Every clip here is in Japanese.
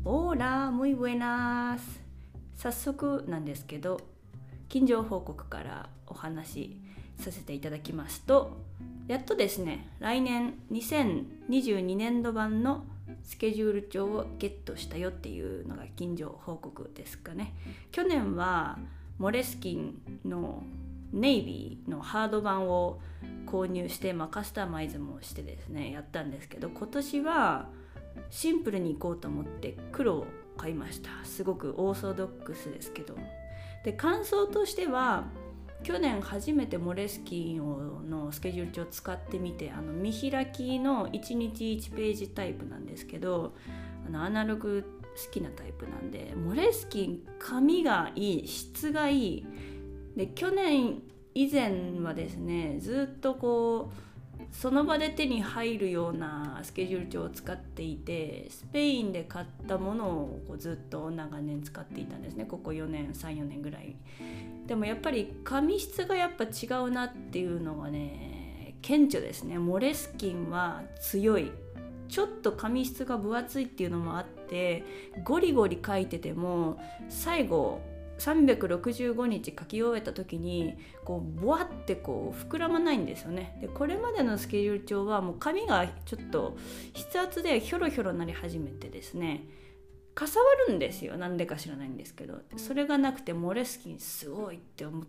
Hola, muy buenas。早速なんですけど、近所報告からお話しさせていただきますと、やっとですね、来年2022年度版のスケジュール帳をゲットしたよっていうのが近所報告ですかね。去年はモレスキンのネイビーのハード版を購入して、カスタマイズもしてですね、やったんですけど、今年はシンプルに行こうと思って黒を買いました。すごくオーソドックスですけど、で感想としては、去年初めてモレスキンのスケジュール帳を使ってみて、見開きの1日1ページタイプなんですけど、アナログ好きなタイプなんで、モレスキン紙がいい、質がいいで、去年以前はですね、ずっとその場で手に入るようなスケジュール帳を使っていて、スペインで買ったものをずっと長年使っていたんですね。ここ3、4年ぐらい。でもやっぱり紙質がやっぱ違うなっていうのはね、顕著ですね。モレスキンは強い。ちょっと紙質が分厚いっていうのもあって、ゴリゴリ書いてても最後365日書き終えた時にボワって膨らまないんですよね。でこれまでのスケジュール帳はもう紙がちょっと筆圧でひょろひょろなり始めてですね、かさわるんですよ。なんでか知らないんですけど、それがなくてモレスキンすごいって思って、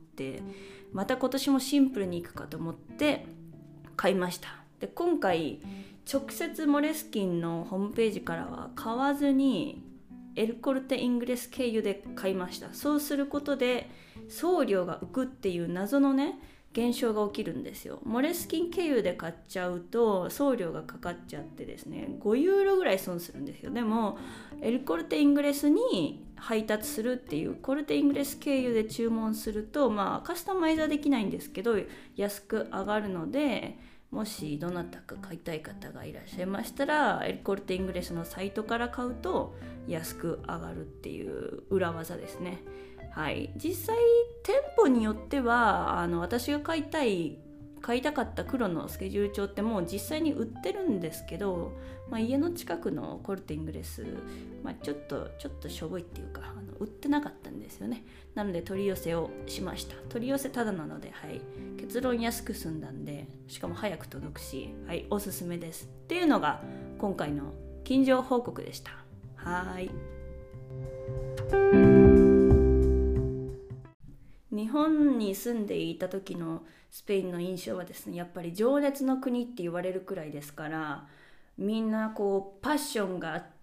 また今年もシンプルにいくかと思って買いました。で今回直接モレスキンのホームページからは買わずにエルコルテイングレス経由で買いました。そうすることで送料が浮くっていう謎のね現象が起きるんですよ。モレスキン経由で買っちゃうと送料がかかっちゃってですね、5ユーロぐらい損するんですよ。でもエルコルテイングレスに配達するっていう、コルテイングレス経由で注文すると、カスタマイズはできないんですけど安く上がるので、もしどなたか買いたい方がいらっしゃいましたら、エルコルテイングレスのサイトから買うと安く上がるっていう裏技ですね。はい、実際店舗によっては私が買いたかった黒のスケジュール帳ってもう実際に売ってるんですけど、家の近くのコルテイングレス、ちょっとしょぼいっていうか売ってなかったんですよね。なので取り寄せをしました。取り寄せただなので、結論安く済んだんで、しかも早く届くし、おすすめですっていうのが今回の近所報告でした。日本に住んでいた時のスペインの印象はですね、やっぱり情熱の国って言われるくらいですから、みんなパッションがあって、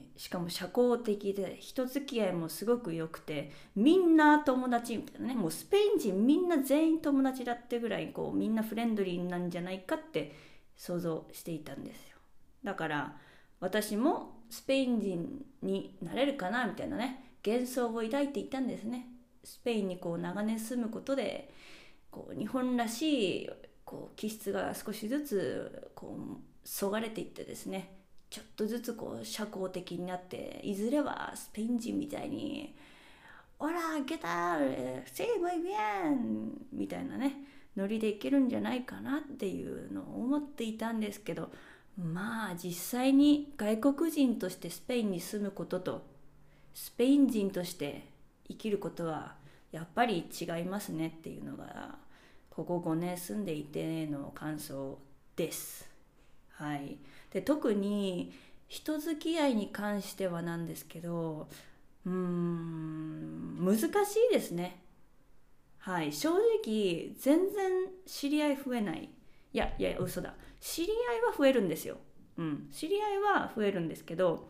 しかも社交的で人付き合いもすごく良くて、みんな友達みたいなね、もうスペイン人みんな全員友達だってぐらいみんなフレンドリーなんじゃないかって想像していたんですよ。だから私もスペイン人になれるかなみたいなね幻想を抱いていたんですね。スペインに長年住むことで日本らしい気質が少しずつそがれていってですね、ちょっとずつ社交的になって、いずれはスペイン人みたいにオラゲタルセイムイビエンみたいなねノリでいけるんじゃないかなっていうのを思っていたんですけど、実際に外国人としてスペインに住むこととスペイン人として生きることはやっぱり違いますねっていうのがここ5年住んでいての感想です。で特に人付き合いに関してはなんですけど、難しいですね。正直全然知り合い増えない。いや嘘だ、知り合いは増えるんですよ。知り合いは増えるんですけど、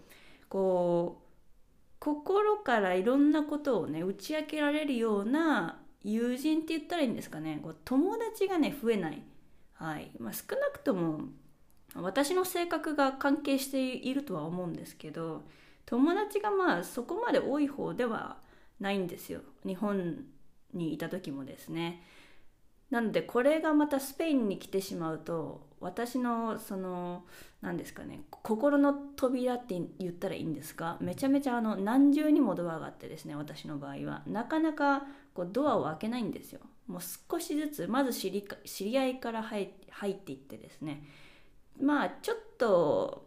心からいろんなことをね打ち明けられるような友人って言ったらいいんですかね、友達がね増えない。少なくとも私の性格が関係しているとは思うんですけど、友達がそこまで多い方ではないんですよ、日本にいた時もですね。なのでこれがまたスペインに来てしまうと、私の何ですかね、心の扉って言ったらいいんですか、めちゃめちゃ何重にもドアがあってですね、私の場合はなかなかドアを開けないんですよ。もう少しずつまず知り合いから入っていってですね、ちょっと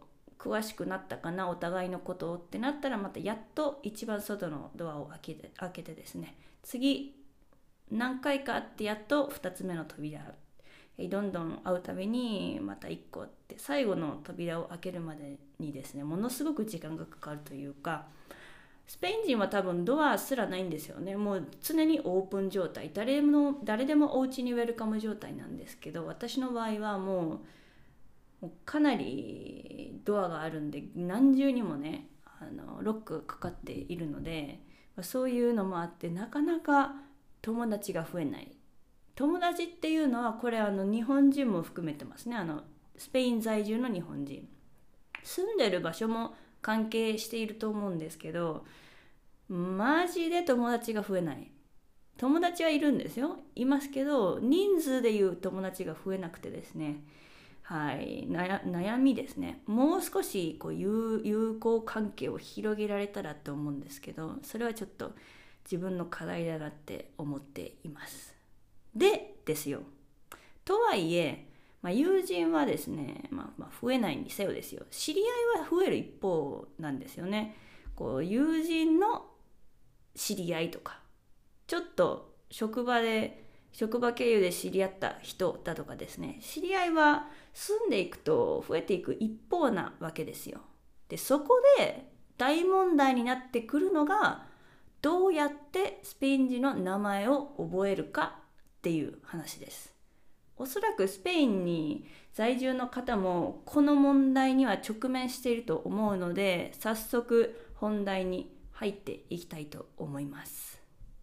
詳しくなったかな、お互いのことをってなったら、またやっと一番外のドアを開けてですね、次何回か会ってやっと2つ目の扉、どんどん会うたびにまた1個って最後の扉を開けるまでにですね、ものすごく時間がかかるというか、スペイン人は多分ドアすらないんですよね。もう常にオープン状態、誰でもお家にウェルカム状態なんですけど、私の場合はもうかなりドアがあるんで、何重にもねロックがかかっているので、そういうのもあってなかなか友達が増えない。友達っていうのはこれ日本人も含めてますね。スペイン在住の日本人、住んでる場所も関係していると思うんですけど、マジで友達が増えない。友達はいるんですよ、いますけど、人数でいう友達が増えなくてですね、はい、悩みですね。もう少し友好関係を広げられたらと思うんですけど、それはちょっと自分の課題だなって思っています。ですよ。とはいえ、友人はですね、増えないにせよですよ、知り合いは増える一方なんですよね。友人の知り合いとか、ちょっと職場経由で知り合った人だとかですね、知り合いは住んでいくと増えていく一方なわけですよ。で、そこで大問題になってくるのが、どうやってスペイン人の名前を覚えるかっていう話です。おそらくスペインに在住の方もこの問題には直面していると思うので、早速本題に入っていきたいと思います。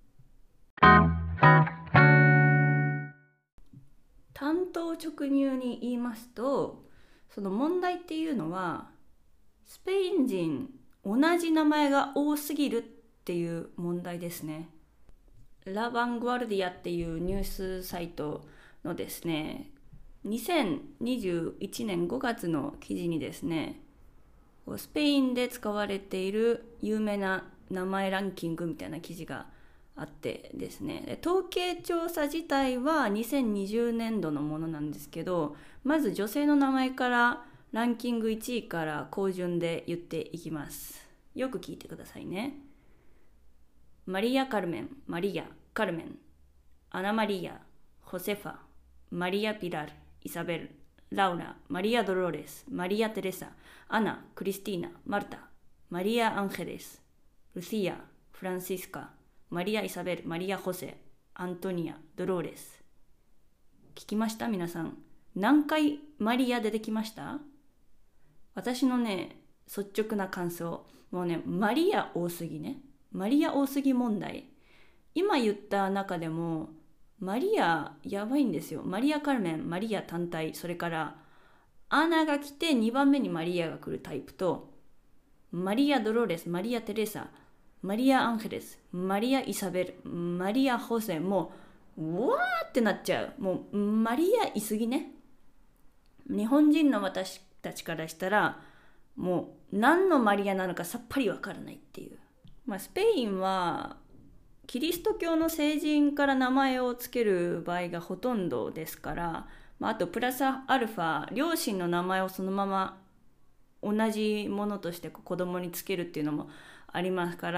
単刀直入に言いますと、その問題っていうのは、スペイン人同じ名前が多すぎるっていう問題ですね。ラ・バングアルディアっていうニュースサイトのですね、2021年5月の記事にですね、スペインで使われている有名な名前ランキングみたいな記事があってですね、統計調査自体は2020年度のものなんですけど、まず女性の名前からランキング1位から高順で言っていきます。よく聞いてくださいね。マリア・カルメン、マリア・カルメン、アナ・マリア、ホセファ、マリア・ピラル、イサベル、ラウラ、マリア・ドローレス、マリア・テレサ、アナ、クリスティーナ、マルタ、マリア・アンヘレス、ルシア、フランシスカ、マリア・イサベル、マリア・ホセ、アントニア、ドローレス。聞きました皆さん。何回マリア出てきました？私のね、率直な感想。もうね、マリア多すぎね。マリア多すぎ問題。今言った中でも、マリアやばいんですよ。マリア・カルメン、マリア単体、それからアナが来て2番目にマリアが来るタイプと、マリア・ドローレス、マリア・テレサ、マリア・アンヘレス、マリア・イサベル、マリア・ホセ、もううわーってなっちゃう。もうマリアいすぎね。日本人の私たちからしたら、もう何のマリアなのかさっぱりわからないっていう。スペインはキリスト教の聖人から名前をつける場合がほとんどですから、あとプラスアルファ、両親の名前をそのまま同じものとして子供につけるっていうのもありますから、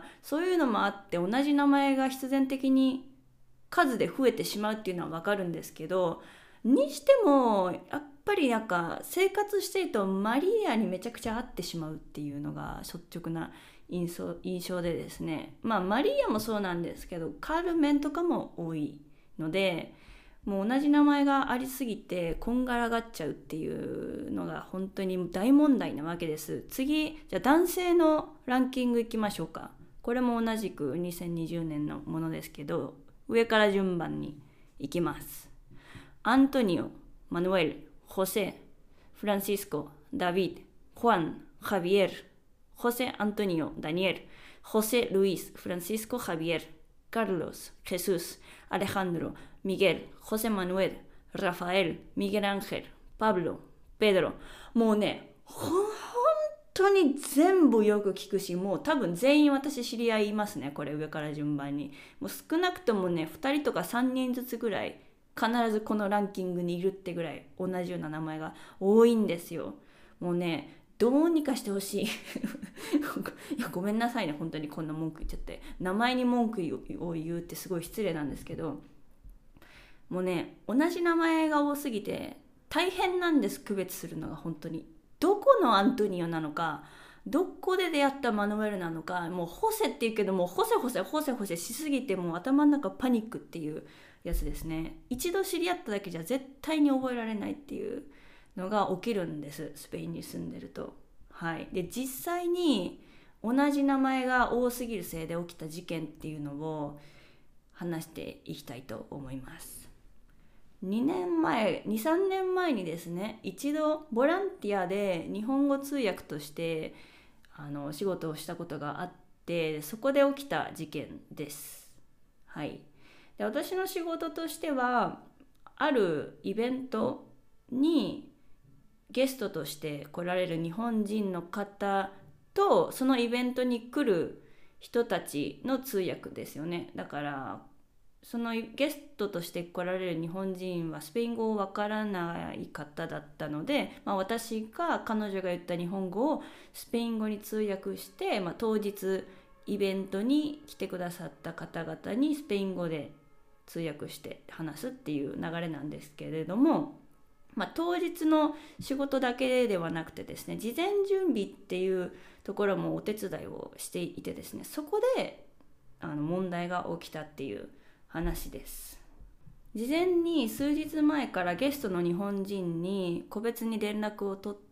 そういうのもあって同じ名前が必然的に数で増えてしまうっていうのは分かるんですけど、にしてもやっぱり生活しているとマリアにめちゃくちゃ合ってしまうっていうのが率直な印象でですね、マリアもそうなんですけど、カルメンとかも多いので、もう同じ名前がありすぎてこんがらがっちゃうっていうのが本当に大問題なわけです。次、じゃあ男性のランキングいきましょうか。これも同じく2020年のものですけど、上から順番にいきます。アントニオ、マヌエル、ホセ、フランシスコ、ダビド、ファン、ハビエル、ホセ・アントニオ・ダニエル、ホセ・ルイス・フランシスコ・ハビエル、カルロス、ジェスース、アレハンドロ、ミゲル、ホセ・マヌエル、ラファエル、ミゲル・アンヘル、パブロ、ペドロ。もうね、本当に全部よく聞くし、もう多分全員私知り合いいますね。これ上から順番に。もう少なくともね、2人とか3人ずつぐらい必ずこのランキングにいるってぐらい同じような名前が多いんですよ。もうね、 どうにかしてほしいいやごめんなさいね、本当にこんな文句言っちゃって。名前に文句を言うってすごい失礼なんですけど、もうね、同じ名前が多すぎて大変なんです、区別するのが。本当にどこのアントニオなのか、どこで出会ったマヌエルなのか、もうホセって言うけどもホセしすぎて、もう頭の中パニックっていうやつですね。一度知り合っただけじゃ絶対に覚えられないっていうのが起きるんです、スペインに住んでると。はい。で、実際に同じ名前が多すぎるせいで起きた事件っていうのを話していきたいと思います。3年前にですね、一度ボランティアで日本語通訳としてお仕事をしたことがあって、そこで起きた事件です。はい。で、私の仕事としては、あるイベントにゲストとして来られる日本人の方と、そのイベントに来る人たちの通訳ですよね。だからそのゲストとして来られる日本人はスペイン語をわからない方だったので、私が彼女が言った日本語をスペイン語に通訳して、当日イベントに来てくださった方々にスペイン語で通訳して話すっていう流れなんですけれども、当日の仕事だけではなくてですね、事前準備っていうところもお手伝いをしていてですね、そこで問題が起きたっていう話です。事前に数日前からゲストの日本人に個別に連絡を取って、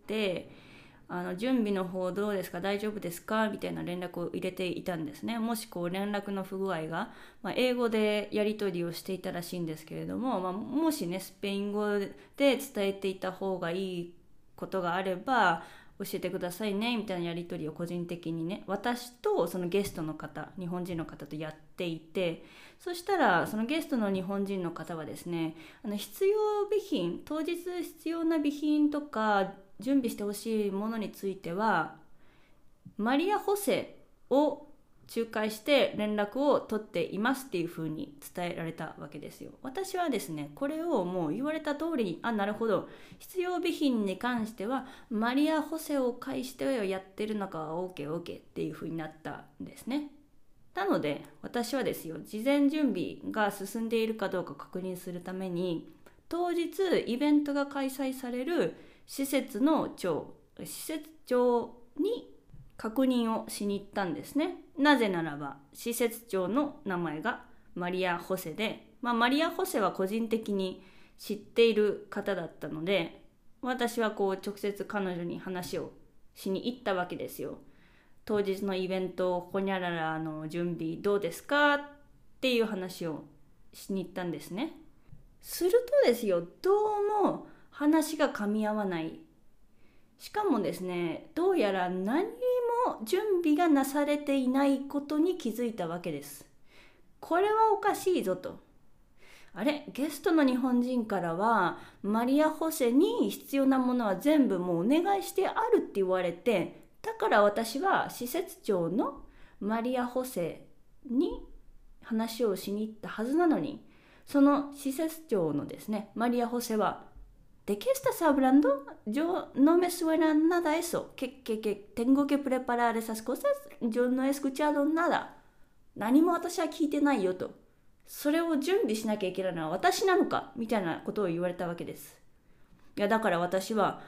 準備の方どうですか、大丈夫ですかみたいな連絡を入れていたんですね。もし連絡の不具合が、英語でやり取りをしていたらしいんですけれども、もしねスペイン語で伝えていた方がいいことがあれば教えてくださいねみたいなやり取りを個人的にね、私とそのゲストの方、日本人の方とやっていて、そしたらそのゲストの日本人の方はですね、必要備品、当日必要な備品とか準備してほしいものについてはマリア・ホセを仲介して連絡を取っていますっていう風に伝えられたわけですよ。私はですね、これをもう言われた通りに、なるほど、必要備品に関してはマリア・ホセを介してやってるのかは OKOK っていう風になったんですね。なので私はですよ、事前準備が進んでいるかどうか確認するために、当日イベントが開催される施設長に確認をしに行ったんですね。なぜならば施設長の名前がマリア・ホセで、マリア・ホセは個人的に知っている方だったので、私は直接彼女に話をしに行ったわけですよ。当日のイベント、ほにゃららの準備どうですかっていう話をしに行ったんですね。するとですよ、どうも話が噛み合わない。しかもですね、どうやら何も準備がなされていないことに気づいたわけです。これはおかしいぞと。あれ、ゲストの日本人からはマリア・ホセに必要なものは全部もうお願いしてあるって言われて、だから私は施設長のマリア・ホセに話をしに行ったはずなのに、その施設長のですね、マリア・ホセは¿De qué estás hablando? Yo no me suena nada eso. Que tengo que preparar esas cosas. Yo no he escuchado nada. 何も私は聞いてないよと。それを準備しなきゃいけないのは私なのかみたいなことを言われたわけです。いやだから私は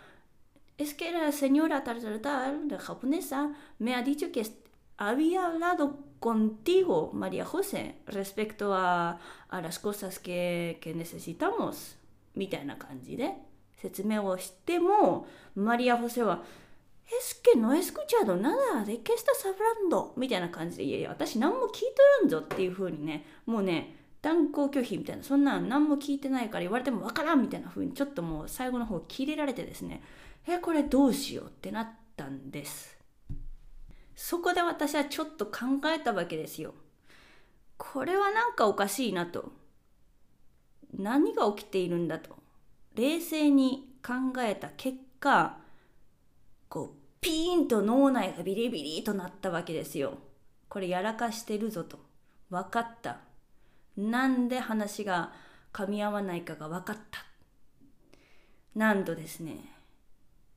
Es que la señora tal la japonesa me ha dicho que había hablado contigo, María José, respecto a las cosas que necesitamos みたいな感じで説明をしても、マリア・ホセはEs que no he escuchado nada, ¿de qué estás hablando? みたいな感じで、いやいや私何も聞いとらんぞっていう風にね、もうね断交拒否みたいな、そんなん何も聞いてないから言われてもわからんみたいな風にちょっともう最後の方切れられてですね、これどうしようってなったんです。そこで私はちょっと考えたわけですよ。これはなんかおかしいなと。何が起きているんだと冷静に考えた結果、ピーンと脳内がビリビリとなったわけですよ。これやらかしてるぞと分かった。なんで話が噛み合わないかが分かった。なんとですね、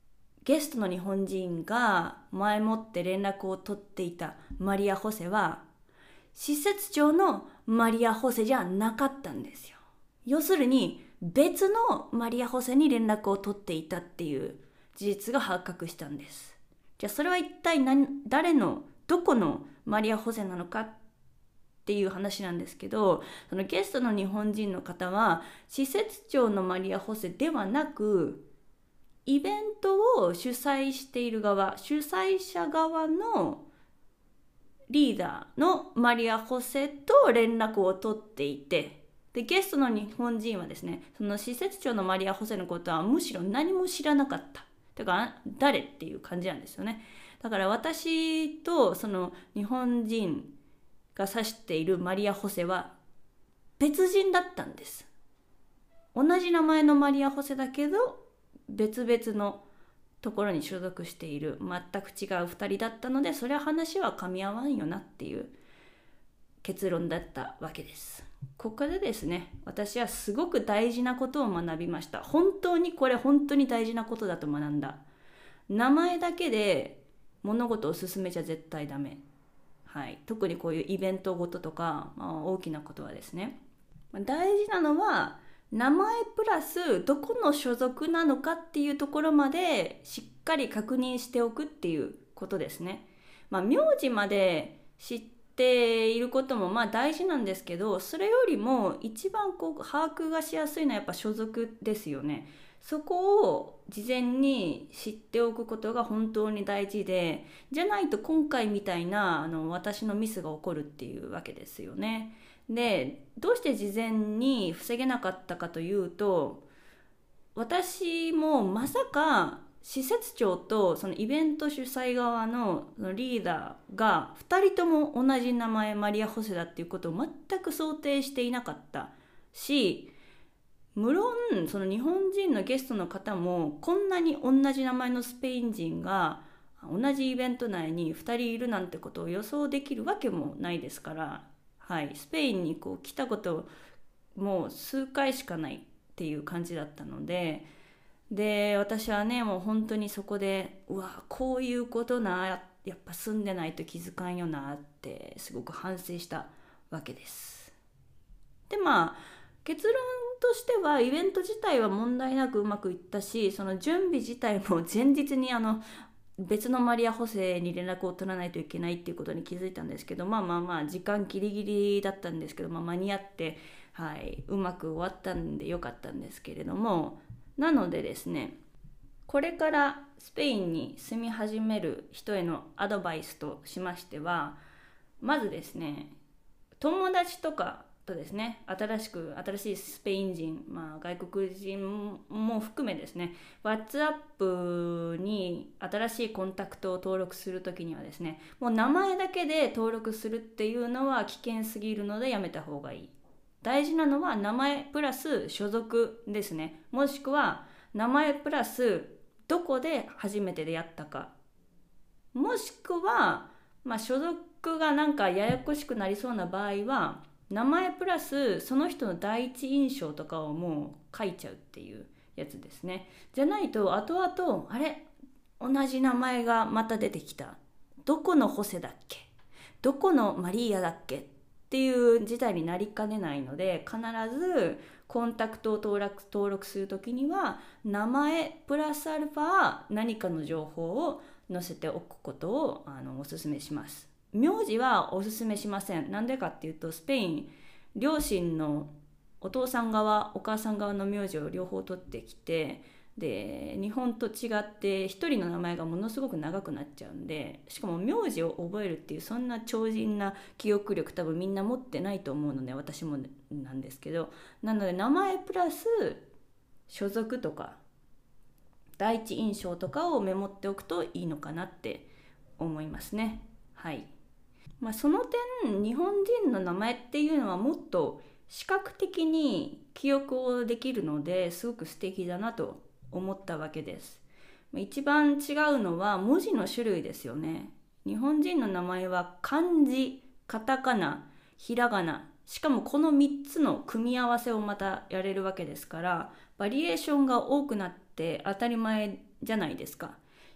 ゲストの日本人が前もって連絡を取っていたマリア・ホセは施設長のマリア・ホセじゃなかったんですよ。要するに別のマリア・ホセに連絡を取っていたっていう事実が発覚したんです。じゃあそれは一体誰のどこのマリア・ホセなのかっていう話なんですけど、そのゲストの日本人の方は施設長のマリア・ホセではなく、イベントを主催している側、主催者側のリーダーのマリア・ホセと連絡を取っていて、でゲストの日本人はですね、その施設長のマリア・ホセのことはむしろ何も知らなかった。だから誰っていう感じなんですよね。だから私とその日本人が指しているマリア・ホセは別人だったんです。同じ名前のマリア・ホセだけど別々のところに所属している全く違う2人だったので、それは話は噛み合わんよなっていう結論だったわけです。ここでですね、私はすごく大事なことを学びました。本当に大事なことだと学んだ。名前だけで物事を進めちゃ絶対ダメ。はい、特にこういうイベントごととか、大きなことはですね、大事なのは名前プラスどこの所属なのかっていうところまでしっかり確認しておくっていうことですね。名字まで知っていることも大事なんですけど、それよりも一番把握がしやすいのはやっぱ所属ですよね。そこを事前に知っておくことが本当に大事で、じゃないと今回みたいな私のミスが起こるっていうわけですよね。で、どうして事前に防げなかったかというと、私もまさか施設長とそのイベント主催側のリーダーが2人とも同じ名前マリア・ホセだっていうことを全く想定していなかったし、無論その日本人のゲストの方もこんなに同じ名前のスペイン人が同じイベント内に2人いるなんてことを予想できるわけもないですから、はい、スペインに来たこともう数回しかないっていう感じだったので、私はね、もう本当にそこでこういうことな、やっぱ住んでないと気づかんよなってすごく反省したわけです。で結論としてはイベント自体は問題なくうまくいったし、その準備自体も前日に別のマリア・ホセに連絡を取らないといけないっていうことに気づいたんですけど、時間ギリギリだったんですけど、間に合って、はい、うまく終わったんでよかったんですけれども、なのでですね、これからスペインに住み始める人へのアドバイスとしましては、まずですね、友達とかとですね、新しいスペイン人、外国人も含めですね、WhatsApp に新しいコンタクトを登録するときにはですね、もう名前だけで登録するっていうのは危険すぎるのでやめた方がいい。大事なのは名前プラス所属ですね。もしくは名前プラスどこで初めて出会ったか。もしくは、所属がなんかややこしくなりそうな場合は、名前プラスその人の第一印象とかをもう書いちゃうっていうやつですね。じゃないと後々同じ名前がまた出てきた、どこのホセだっけ、どこのマリーアだっけっていう事態になりかねないので、必ずコンタクトを登録するときには名前プラスアルファ何かの情報を載せておくことをお勧めします。名字はおすすめしません。なんでかっていうと、スペイン両親のお父さん側お母さん側の名字を両方取ってきて、で日本と違って一人の名前がものすごく長くなっちゃうんで、しかも名字を覚えるっていうそんな超人な記憶力多分みんな持ってないと思うので、私もなんですけど、なので名前プラス所属とか第一印象とかをメモっておくといいのかなって思いますね。はい。その点日本人の名前っていうのはもっと視覚的に記憶をできるのですごく素敵だなと思ったわけです。一番違うのは文字の種類ですよね。日本人の名前は漢字、カタカナ、ひらがな、しかもこの3つの組み合わせをまたやれるわけですから、バリエーションが多くなって当たり前じゃないですか。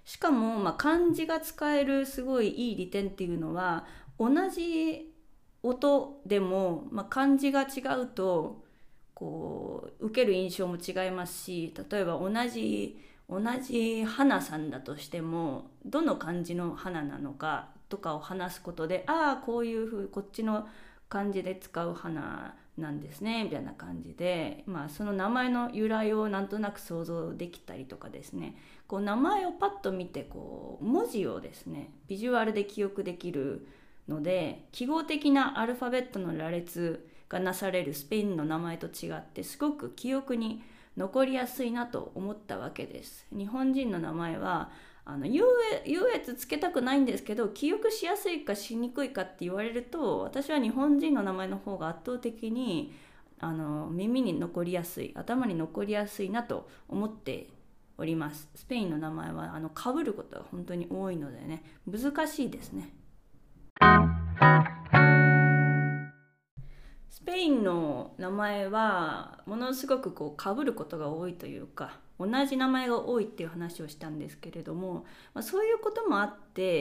しかも、漢字が使えるすごいいい利点っていうのは、同じ音でも、漢字が違うとこう受ける印象も違いますし、例えば同じ花さんだとしても、どの漢字の花なのかとかを話すことで、ああこういうふうこっちの漢字で使う花なんですねみたいな感じで、その名前の由来をなんとなく想像できたりとかですね、こう名前をパッと見てこう文字をですねビジュアルで記憶できるので、記号的なアルファベットの羅列がなされるスペインの名前と違ってすごく記憶に残りやすいなと思ったわけです。日本人の名前は優越つけたくないんですけど、記憶しやすいかしにくいかって言われると、私は日本人の名前の方が圧倒的に耳に残りやすい、頭に残りやすいなと思っております。スペインの名前は被ることが本当に多いのでね、難しいですね。スペインの名前はものすごくこう被ることが多いというか、同じ名前が多いっていう話をしたんですけれども、そういうこともあって、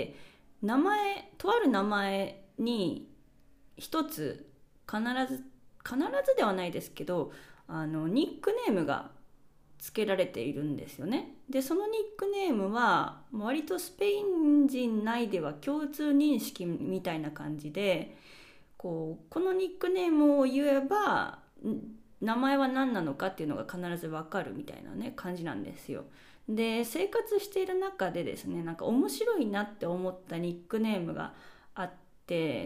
とある名前に一つ必ずではないですけど、ニックネームが付けられているんですよね。でそのニックネームは割とスペイン人内では共通認識みたいな感じで、このニックネームを言えば名前は何なのかっていうのが必ず分かるみたいなね感じなんですよ。で生活している中でですね、面白いなって思ったニックネームがあって、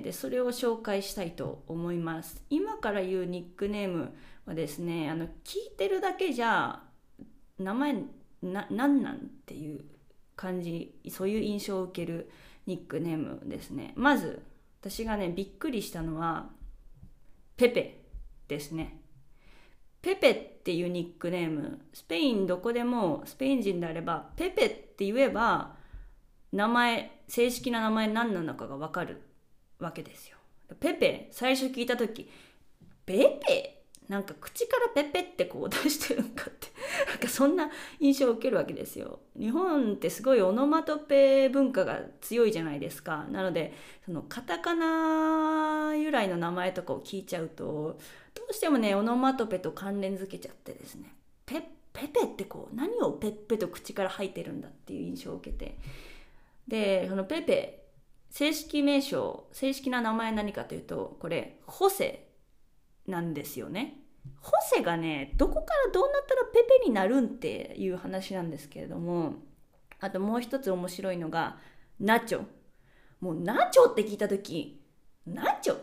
でそれを紹介したいと思います。今から言うニックネームはですね、聞いてるだけじゃ名前なんなんっていう感じ、そういう印象を受けるニックネームですね。まず私がねびっくりしたのはペペですね。ペペっていうニックネーム、スペインどこでもスペイン人であればペペって言えば正式な名前何なのかが分かるわけですよ。ペペ最初聞いた時、ペペ口からペペってこう出してるんかってそんな印象を受けるわけですよ。日本ってすごいオノマトペ文化が強いじゃないですか。なのでそのカタカナ由来の名前とかを聞いちゃうと、どうしてもねオノマトペと関連づけちゃってですね、ペペってこう何をペッペと口から吐いてるんだっていう印象を受けて、でそのペペ正式な名前何かというと、これホセなんですよね。ホセがねどこからどうなったらペペになるんっていう話なんですけれども、あともう一つ面白いのがナチョ。もうナチョって聞いた時、ナチョ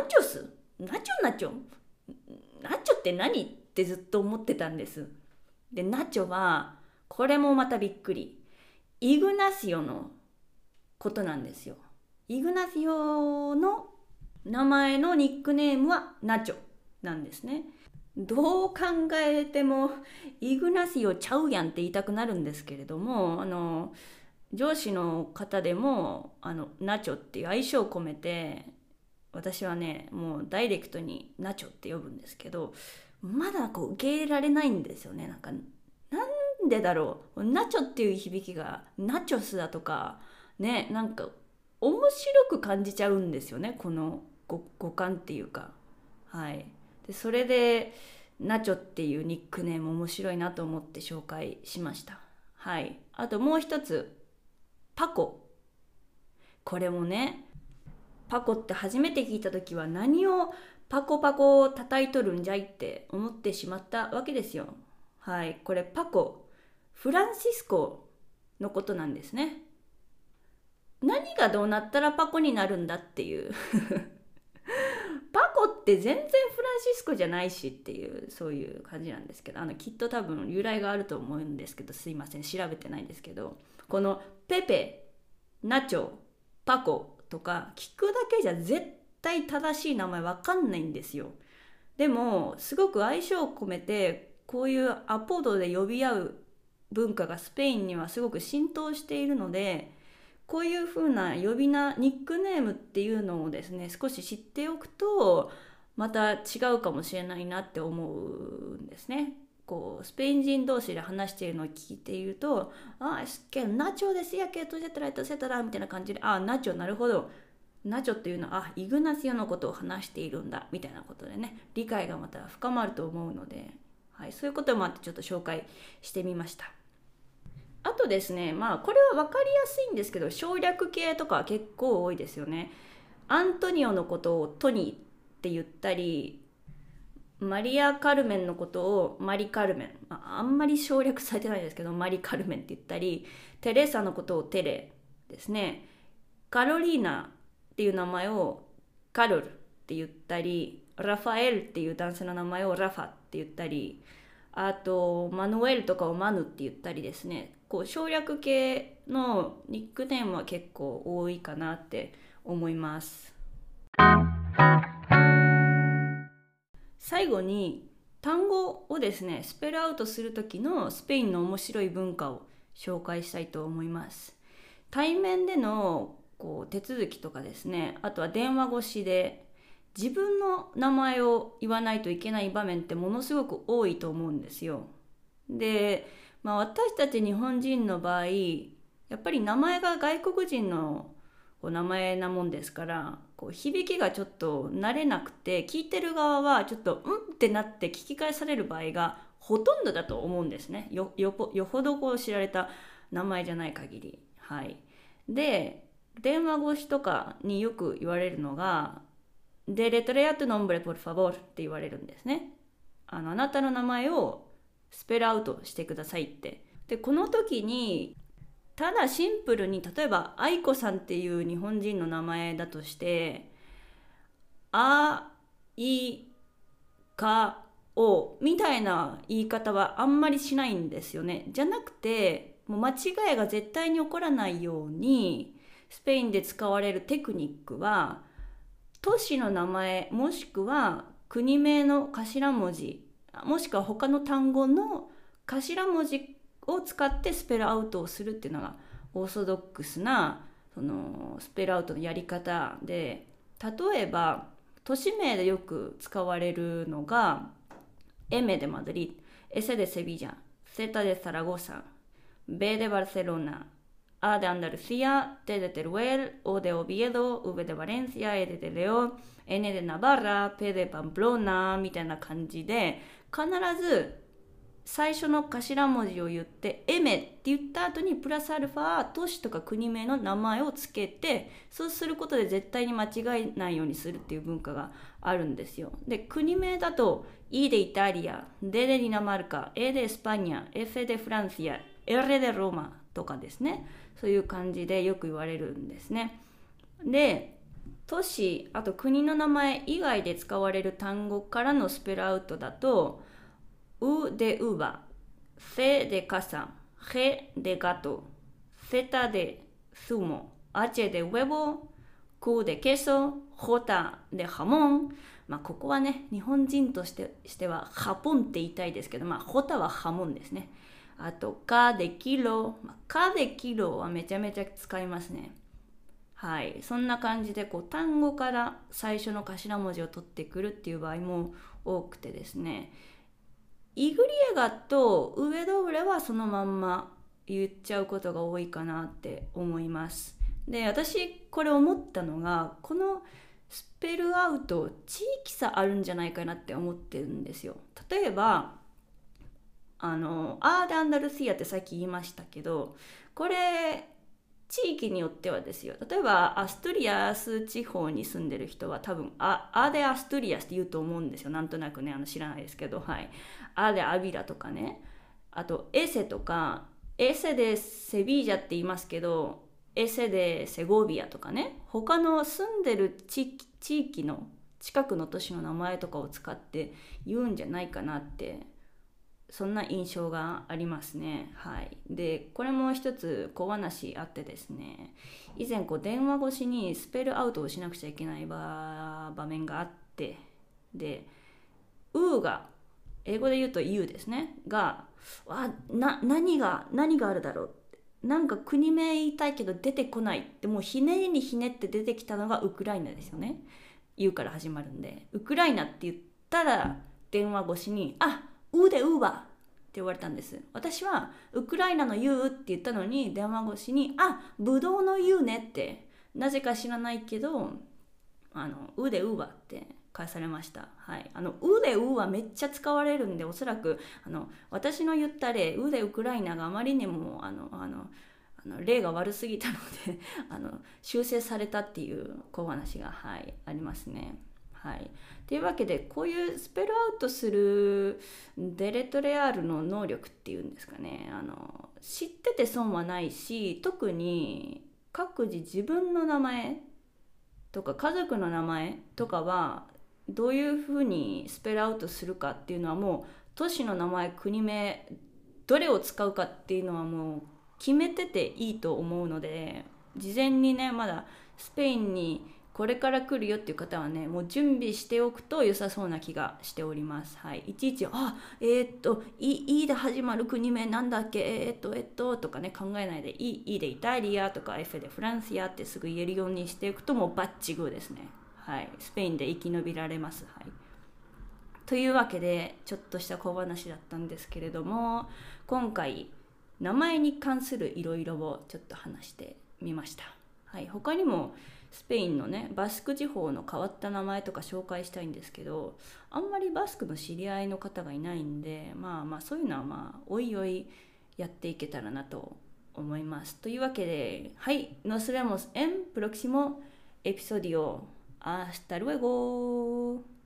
って何ってずっと思ってたんです。でナチョはこれもまたびっくり、イグナシオのことなんですよ。イグナシオの名前のニックネームはナチョなんですね。どう考えてもイグナシオちゃうやんって言いたくなるんですけれども、上司の方でもナチョっていう愛称を込めて、私はねもうダイレクトにナチョって呼ぶんですけど、まだこう受け入れられないんですよね。なんでだろう、ナチョっていう響きがナチョスだとかね、面白く感じちゃうんですよね、この語感っていうか。はい。でそれでナチョっていうニックネーム面白いなと思って紹介しました。はい。あともう一つ、パコ。これもね、パコって初めて聞いた時は何をパコパコ叩いとるんじゃいって思ってしまったわけですよ。はい。これパコ、フランシスコのことなんですね。何がどうなったらパコになるんだっていうパコって全然フランシスコじゃないしっていう、そういう感じなんですけど、きっと多分由来があると思うんですけど、すいません調べてないんですけど、このペペ、ナチョ、パコとか聞くだけじゃ絶対正しい名前わかんないんですよ。でもすごく相性を込めてこういうアポドで呼び合う文化がスペインにはすごく浸透しているので、こういう風な呼び名、ニックネームっていうのをですね少し知っておくとまた違うかもしれないなって思うんですね。 こうスペイン人同士で話しているのを聞いていると、es que Nacho decía que tú etcétera etcéteraみたいな感じで、ナチョ、なるほど、ナチョっていうのはイグナシオのことを話しているんだみたいなことでね、理解がまた深まると思うので、はい、そういうこともあってちょっと紹介してみました。あとですね、これは分かりやすいんですけど、省略形とか結構多いですよね。アントニオのことをトニーって言ったり、マリア・カルメンのことをマリ・カルメン、あんまり省略されてないですけどマリ・カルメンって言ったり、テレサのことをテレですね、カロリーナっていう名前をカロルって言ったり、ラファエルっていう男性の名前をラファって言ったり、あとマヌエルとかをマヌって言ったりですね、こう省略系のニックネームは結構多いかなって思います。最後に単語をですねスペルアウトする時のスペインの面白い文化を紹介したいと思います。対面でのこう手続きとかですね、あとは電話越しで自分の名前を言わないといけない場面ってものすごく多いと思うんですよ。で、私たち日本人の場合、やっぱり名前が外国人の名前なもんですから、こう響きがちょっと慣れなくて、聞いてる側はちょっとってなって聞き返される場合がほとんどだと思うんですね。よほどこう知られた名前じゃない限り。はい。で、電話越しとかによく言われるのが、デレトレアトノンブレポルファボールって言われるんですね。あなたの名前をスペルアウトしてくださいって。で、この時にただシンプルに、例えば愛子さんっていう日本人の名前だとして、あいかおみたいな言い方はあんまりしないんですよね。じゃなくて、もう間違いが絶対に起こらないようにスペインで使われるテクニックは、都市の名前もしくは国名の頭文字、もしくは他の単語の頭文字を使ってスペルアウトをするっていうのがオーソドックスなそのスペルアウトのやり方で、例えば都市名でよく使われるのが M でマドリー、S でセビジャ、Z でサラゴサ、B でバルセロナ、A de Andalucía, T de Teruel, O de Oviedo, V de Valencia, E de León, N de Navarra, P de Pamplona みたいな感じで、必ず最初の頭文字を言ってエメって言った後にプラスアルファ都市とか国名の名前をつけて、そうすることで絶対に間違えないようにするっていう文化があるんですよ。で、国名だと E でイタリア、D でディナマルカ、E でエスパニア、F でフランシア、R でローマとかですね、そういう感じでよく言われるんですね。で、都市、あと国の名前以外で使われる単語からのスペルアウトだと、U de uva, C de casa, G de gato, Z de zumo, H de huevo, Q de queso, J de jamón。ここはね、日本人としてはハポンって言いたいですけど、Jはハモンですね。あと、K de kilo、K de kilo はめちゃめちゃ使いますね。はい、そんな感じで単語から最初の頭文字を取ってくるっていう場合も多くてですね、イグリエガとウエドブレはそのまんま言っちゃうことが多いかなって思います。で、私これ思ったのが、このスペルアウト地域差あるんじゃないかなって思ってるんですよ。例えばアーデアンダルシアってさっき言いましたけど、これ地域によってはですよ。例えばアストゥリアス地方に住んでる人は多分アでアストゥリアスって言うと思うんですよ。なんとなくね、知らないですけど、はい。アでアビラとかね、あとエセとか、エセでセビージャって言いますけど、エセでセゴビアとかね、他の住んでる地域の近くの都市の名前とかを使って言うんじゃないかなって、そんな印象がありますね。はい。で、これも一つ小話あってですね、以前電話越しにスペルアウトをしなくちゃいけない場面があって、で、U が英語で言うと U ですねが、何があるだろうって、なんか国名言いたいけど出てこないって、もうひねりにひねって出てきたのがウクライナですよね。U から始まるんで、ウクライナって言ったら電話越しに、U でウーバ言われたんです。私はウクライナの言うって言ったのに、電話越しにブドウの言うねって、なぜか知らないけどうでうはって返されました。はい、うでうはめっちゃ使われるんで、おそらく私の言った例うでウクライナがあまりにも例が悪すぎたので修正されたっていう小話が、はい、ありますね。はい、というわけで、こういうスペルアウトするデレトレアールの能力っていうんですかね、知ってて損はないし、特に各自自分の名前とか家族の名前とかはどういうふうにスペルアウトするかっていうのは、もう都市の名前、国名、どれを使うかっていうのはもう決めてていいと思うので、事前にね、まだスペインにこれから来るよっていう方はね、もう準備しておくと良さそうな気がしております。はい、いちいちE で始まる国名なんだっけ、とかね、考えないで E でイタリアとか F でフランスやってすぐ言えるようにしていくと、もうバッチグーですね。はい、スペインで生き延びられます。はい、というわけで、ちょっとした小話だったんですけれども、今回名前に関するいろいろをちょっと話してみました。はい、他にもスペインのね、バスク地方の変わった名前とか紹介したいんですけど、あんまりバスクの知り合いの方がいないんで、そういうのはおいおいやっていけたらなと思います。というわけで、はい、nos vemos en próximo episodio. Hasta luego.